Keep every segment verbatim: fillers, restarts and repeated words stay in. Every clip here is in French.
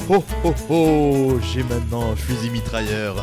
Oh oh oh, j'ai maintenant un fusil mitrailleur.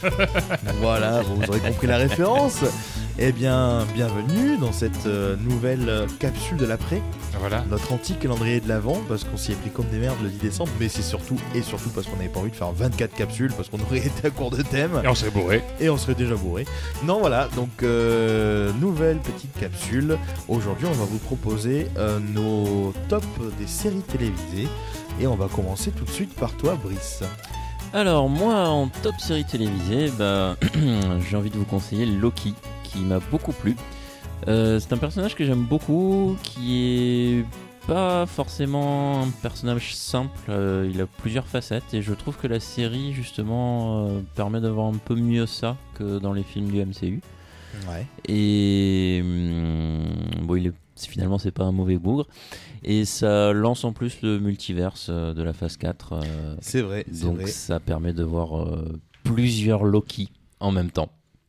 Voilà, vous aurez compris la référence. Eh bien, bienvenue dans cette euh, nouvelle euh, capsule de l'après. Voilà. Notre antique calendrier de l'Avent, parce qu'on s'y est pris comme des merdes le dix décembre, mais c'est surtout et surtout parce qu'on n'avait pas envie de faire vingt-quatre capsules, parce qu'on aurait été à court de thème. Et on serait bourré. Et on serait déjà bourré. Non, voilà, donc euh, nouvelle petite capsule. Aujourd'hui, on va vous proposer euh, nos tops des séries télévisées. Et on va commencer tout de suite par toi, Brice. Alors, moi, en top série télévisée, bah, j'ai envie de vous conseiller Loki, qui m'a beaucoup plu. Euh, c'est un personnage que j'aime beaucoup, qui est pas forcément un personnage simple, euh, il a plusieurs facettes, et je trouve que la série, justement, euh, permet d'avoir un peu mieux ça que dans les films du M C U. Ouais. Et hum, bon, il est, finalement, c'est pas un mauvais bougre. Et ça lance en plus le multiverse de la phase quatre. Euh, c'est vrai, c'est donc vrai. ça permet de voir euh, plusieurs Loki en même temps.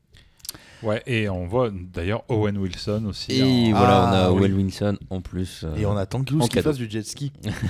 Ouais, et on voit d'ailleurs Owen Wilson aussi. Et en... voilà, Ah, on a oui. Owen Wilson en plus. Euh, Et on attend qu'il cadeau. fasse du jet ski.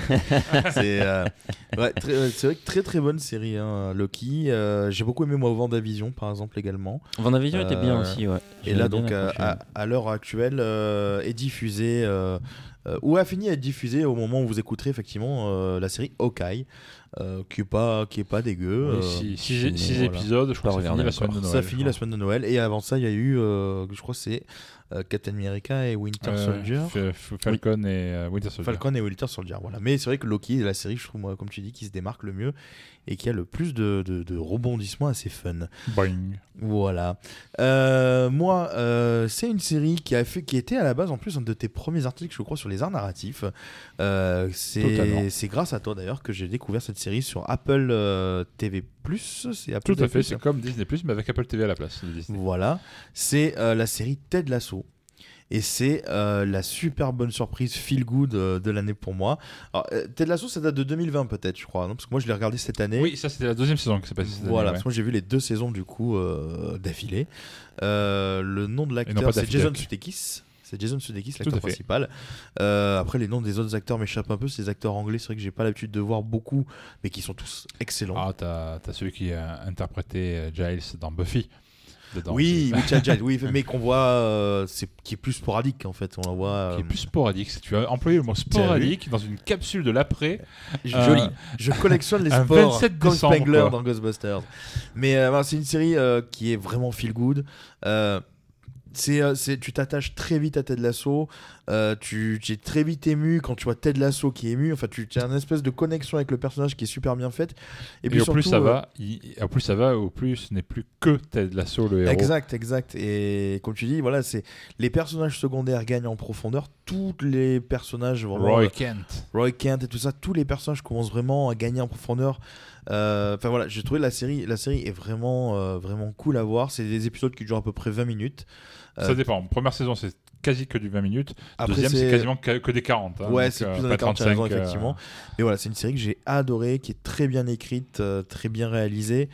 c'est, euh, ouais, très, c'est vrai que très très bonne série, hein, Loki. Euh, j'ai beaucoup aimé moi WandaVision par exemple également. WandaVision Euh, était bien aussi, ouais. Et J'avais là bien donc à, accroché. à, à l'heure actuelle euh, est diffusée euh, euh, ou a fini à être diffusée au moment où vous écouterez effectivement euh, la série Hawkeye, euh, qui est pas qui est pas dégueu. Oui, euh, six, six, mais six voilà. épisodes, je crois Pas que ça finit regarder la semaine de encore. Noël. ça finit la semaine de Noël et avant ça il y a eu euh, je crois que c'est euh, Captain America et Winter Euh, Soldier. F- F- Falcon et euh, Winter Soldier. Falcon et Winter Soldier, voilà. Mais c'est vrai que Loki est la série, je trouve, moi, comme tu dis, qui se démarque le mieux et qui a le plus de, de, de rebondissements assez fun. Boing. Voilà. Euh, moi, euh, c'est une série qui a fait, qui était à la base en plus un de tes premiers articles, je crois, sur les arts narratifs. Euh, Totalement. c'est, c'est grâce à toi d'ailleurs que j'ai découvert cette série sur Apple euh, T V plus. C'est Apple Tout à T V fait, plus, c'est hein. comme Disney plus, mais avec Apple T V à la place de Disney. Voilà. C'est euh, la série Ted Lasso. Et c'est euh, la super bonne surprise feel good euh, de l'année pour moi. Alors, euh, Ted Lasso, ça date de deux mille vingt peut-être, je crois, non parce que moi je l'ai regardé cette année. Oui, ça c'était la deuxième saison qui s'est passée cette année. Voilà, ouais. parce que moi j'ai vu les deux saisons du coup euh, d'affilée. Euh, le nom de Et non l'acteur, pas c'est d'affilée. Jason Sudeikis. C'est Jason Sudeikis, Tout l'acteur à fait. principal. Euh, après, les noms des autres acteurs m'échappent un peu. C'est des acteurs anglais, c'est vrai que j'ai pas l'habitude de voir beaucoup, mais qui sont tous excellents. Ah, t'as, t'as celui qui a interprété euh, Giles dans Buffy. Dedans oui, aussi. oui, Chad Giles, oui, mais qu'on voit, euh, c'est qui est plus sporadique en fait. On la voit. Qui est euh, plus sporadique. Si tu as employé le mot sporadique dans une capsule de l'après, Joli. Euh, Je collectionne les un sports vingt-sept comme décembre, Spengler quoi. dans Ghostbusters. Mais euh, voilà, c'est une série euh, qui est vraiment feel good. Euh, c'est, euh, c'est, tu t'attaches très vite à Ted Lasso. Euh, tu, tu es très vite ému quand tu vois Ted Lasso qui est ému. Enfin, tu, tu as une espèce de connexion avec le personnage qui est super bien faite. et, puis au surtout, plus ça euh, va, il- au plus ça va, au plus ce n'est plus que Ted Lasso le héros. Exact, exact. Et comme tu dis, voilà, c'est les personnages secondaires gagnent en profondeur. Tous les personnages, vraiment, Roy euh, Kent. Roy Kent et tout ça, tous les personnages commencent vraiment à gagner en profondeur. Euh, Enfin voilà, j'ai trouvé la série, la série est vraiment, euh, vraiment cool à voir. C'est des épisodes qui durent à peu près vingt minutes. Ça Euh, dépend. Première saison, c'est quasi que du vingt minutes. Après, Deuxième, c'est, c'est- quasiment que, que des quarante. hein. Ouais, Donc, c'est euh, plus dans pas les quarante, tu as raison, trente-cinq, euh, effectivement. Mais voilà, c'est une série que j'ai adorée, qui est très bien écrite, euh, très bien réalisée,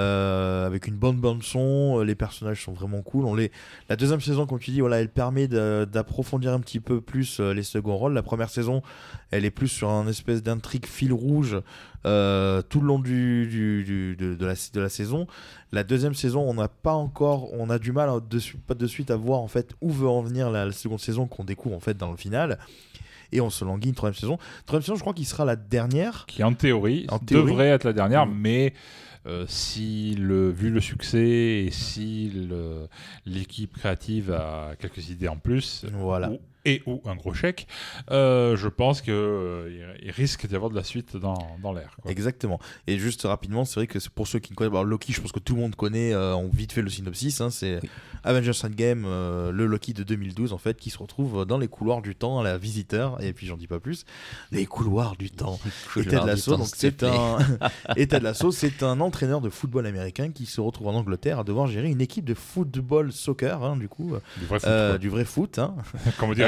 euh, avec une bonne bande son. euh, Les personnages sont vraiment cool. On les... La deuxième saison, comme tu dis, voilà, elle permet de- d'approfondir un petit peu plus euh, les seconds rôles. La première saison, elle est plus sur un espèce d'intrigue fil rouge euh, tout le long du, du, du- de, de la, de la saison. La deuxième saison, on n'a pas encore, on a du mal à, de, suite- pas de suite à voir en fait où veut en venir la, la seconde saison qu'on découvre en fait dans le final. Et on se languit une troisième saison. Troisième saison, je crois qu'il sera la dernière. qui en théorie, En théorie. devrait être la dernière, Mm. mais euh, si le, vu le succès et si le- l'équipe créative a quelques idées en plus, Voilà. ou, et ou un gros chèque, euh, je pense qu'il euh, il risque d'y avoir de la suite dans, dans l'air. quoi. Exactement. Et juste rapidement, c'est vrai que c'est pour ceux qui ne connaissent pas Loki, je pense que tout le monde connaît, euh, on vite fait le synopsis. Hein, c'est Oui. Avengers Endgame, euh, le Loki de deux mille douze en fait, qui se retrouve dans les couloirs du temps à la visiteur. Et puis j'en dis pas plus. Les couloirs du temps. Et Ted Lasso, donc c'est un et Ted Lasso, c'est un entraîneur de football américain qui se retrouve en Angleterre à devoir gérer une équipe de football soccer, hein, du coup, Du vrai foot, euh, quoi. du vrai foot. Hein. Comme on dirait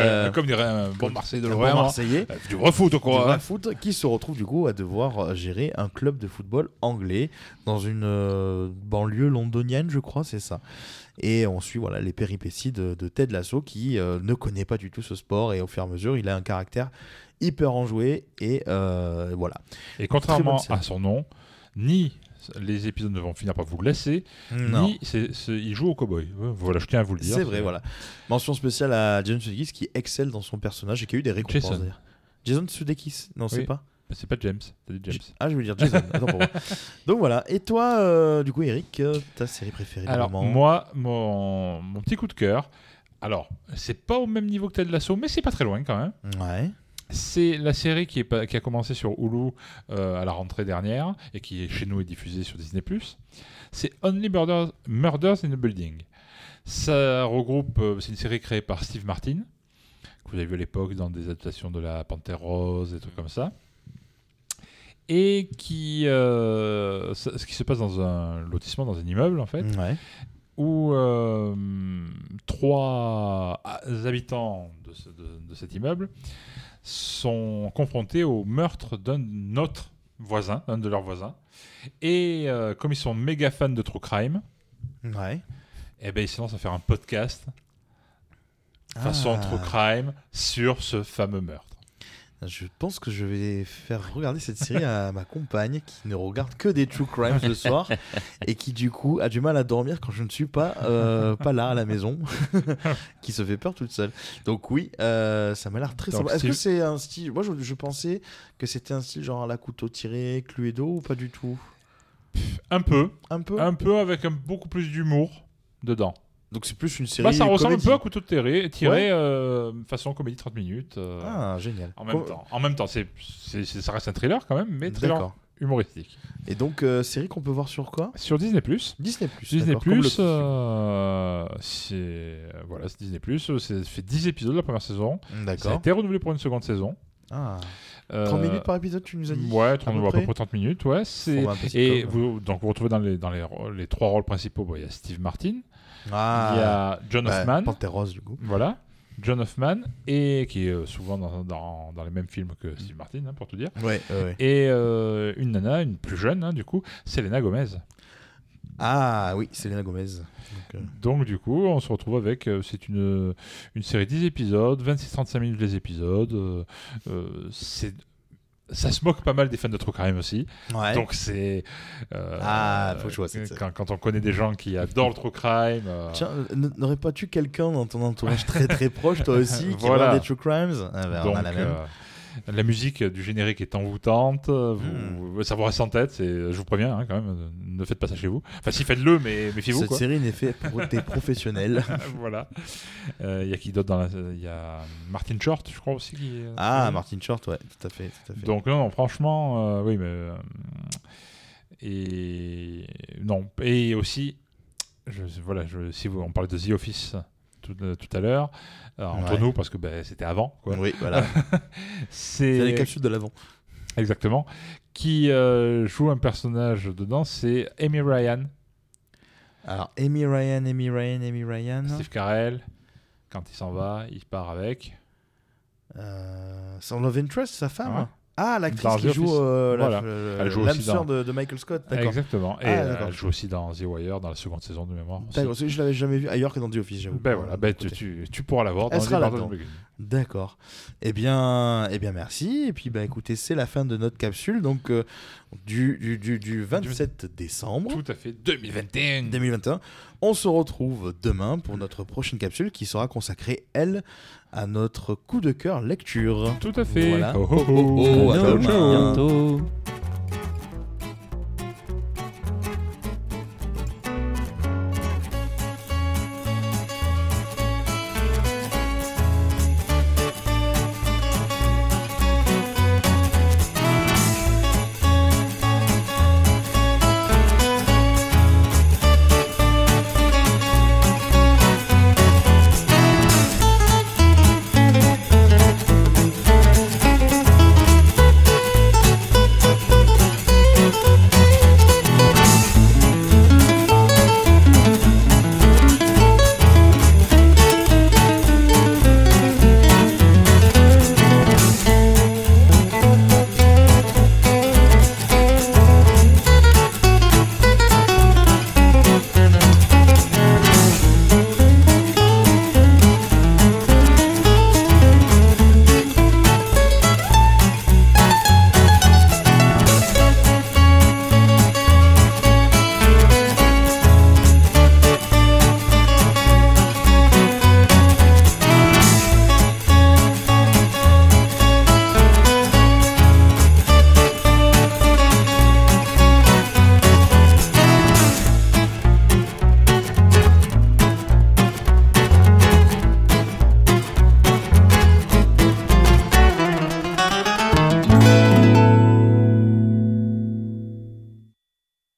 Euh, Comme dirait un bon Marseillais de un l'O bon M. Marseillais. Euh, Du vrai foot, Du quoi. vrai hein. foot, qui se retrouve du coup à devoir gérer un club de football anglais dans une euh, banlieue londonienne, je crois, c'est ça. Et on suit voilà, les péripéties de, de Ted Lasso qui euh, ne connaît pas du tout ce sport et au fur et à mesure, il a un caractère hyper enjoué et euh, voilà. Et contrairement bonne série. à son nom, ni les épisodes ne vont finir par vous glacer, Non. ni c'est, c'est- il joue au cowboy. Ouais, Voilà, je tiens à vous le dire. C'est vrai, voilà. Mention spéciale à Jason Sudeikis qui excelle dans son personnage et qui a eu des récompenses. Jason. d'ailleurs. Jason Sudeikis, non, c'est Oui. pas. C'est pas James, t'as dit James. Ah, je veux dire Jason. Attends pour moi. Donc voilà. Et toi, euh, du coup, Eric, euh, ta série préférée du Alors, moment moi, mon, mon petit coup de cœur, alors, c'est pas au même niveau que Ted Lasso, mais c'est pas très loin quand même. Ouais. C'est la série qui, est pas- qui a commencé sur Hulu euh, à la rentrée dernière et qui chez nous est diffusée sur Disney plus. C'est Only Murders, Murders in the Building. Ça regroupe, euh, c'est une série créée par Steve Martin, que vous avez vu à l'époque dans des adaptations de la Panthère Rose, des trucs comme ça. Et qui, euh, ça- ce qui se passe dans un lotissement, dans un immeuble en fait, Ouais. où euh, trois habitants de, ce- de- de cet immeuble sont confrontés au meurtre d'un autre voisin, un de leurs voisins. Et euh, comme ils sont méga fans de true crime, Ouais. eh ben, ils se lancent à faire un podcast façon Ah. true crime sur ce fameux meurtre. Je pense que je vais faire regarder cette série à ma compagne qui ne regarde que des true crimes le soir et qui du coup a du mal à dormir quand je ne suis pas, euh, pas là à la maison, qui se fait peur toute seule. Donc oui, euh, ça m'a l'air très Donc, sympa. Est-ce style- que c'est un style... Moi je, je pensais que c'était un style genre à la couteau tiré, Cluedo ou pas du tout? Un peu, Un peu un peu avec un, beaucoup plus d'humour dedans. Donc c'est plus une série Bah, ça ressemble comédie. un peu à couteau tiré, tiré Ouais. euh, façon comédie trente minutes. euh, Ah, génial. En même Com- temps, en même temps c'est, c'est- c'est- ça reste un thriller quand même, mais thriller D'accord. humoristique. Et donc, euh, série qu'on peut voir sur quoi? Sur Disney plus. Disney plus. Disney d'accord, comme plus, le- euh, c'est euh, voilà, c'est Disney plus. C'est fait dix épisodes la première saison. Ça a D'accord. été renouvelé pour une seconde saison. Ah. Euh, trente minutes par épisode, tu nous as dit? Ouais, trente, peu à peu près près trente minutes, ouais. C'est... Format un peu Et sitcom. vous, donc vous retrouvez dans les, dans les, rô- les trois rôles principaux, bon, il y a Steve Martin, Ah. il y a John Bah, Hoffman, Panthère Rose, du coup. voilà, John Hoffman, et qui est euh, souvent dans, dans, dans les mêmes films que Steve Martin, hein, pour tout dire. Ouais, ouais, ouais. Et euh, une nana, une plus jeune, hein, du coup, Selena Gomez. Ah oui, Selena Gomez. Donc, euh, Donc du coup, on se retrouve avec, euh, c'est une, une série de dix épisodes, vingt-six à trente-cinq minutes les épisodes. euh, euh, c'est, ça se moque pas mal des fans de True Crime aussi. ouais. Donc c'est... euh, Ah, faut que je vois cette série. quand, quand on connaît des gens qui adorent le True Crime... euh, Tiens, n- n'aurais pas tu quelqu'un dans ton entourage très très proche, toi aussi, qui Voilà. regarde des True Crimes? Ah, bah, on donc a la même. euh, la musique du générique est envoûtante, euh, vous, Hmm. ça vous reste en tête, c'est, je vous préviens hein, quand même, euh, ne faites pas ça chez vous. Enfin si, faites-le, mais méfiez-vous. Cette Quoi. série n'est faite pour des professionnels. Voilà. Il euh, y a qui d'autre dans la... Il y a Martin Short, je crois aussi. Qui est, Ah, euh, Martin Short, ouais, tout à fait. Tout à fait. Donc non, non franchement, euh, oui, mais... euh, et... Non, et aussi, je, voilà, je, si vous, on parle de The Office tout, euh, tout à l'heure, euh, entre Ouais. nous, parce que ben, c'était avant, quoi. Oui, voilà. C'est... C'est les capsules de l'avant. Exactement. Qui euh, joue un personnage dedans, c'est Amy Ryan, Alors, Amy Ryan, Amy Ryan, Amy Ryan. Steve Carell. Quand il s'en va, il part avec. Euh, son Love Interest, sa femme. Ouais. Ah, l'actrice Dans qui The joue, Office. euh, la- Voilà. le- Elle joue l'âme aussi sœur dans- de, de Michael Scott. D'accord. Exactement. Et Ah, euh, d'accord. elle joue aussi dans The Wire, dans la seconde saison de mémoire. aussi. D'accord, je l'avais jamais vu ailleurs que dans The Office, j'avoue. Ben voilà, ben tu, Écoutez. tu, tu pourras la voir Elle dans sera les là-dedans. Murders in the Building. D'accord. Eh bien, eh bien, merci. Et puis, bah, écoutez, c'est la fin de notre capsule. Donc, euh, du, du, du, du vingt-sept décembre Tout à fait, deux mille vingt et un. deux mille vingt et un. On se retrouve demain pour notre prochaine capsule qui sera consacrée, elle, à notre coup de cœur lecture. Tout à fait. Voilà. Oh, oh, oh. Oh, oh, À à demain. bientôt.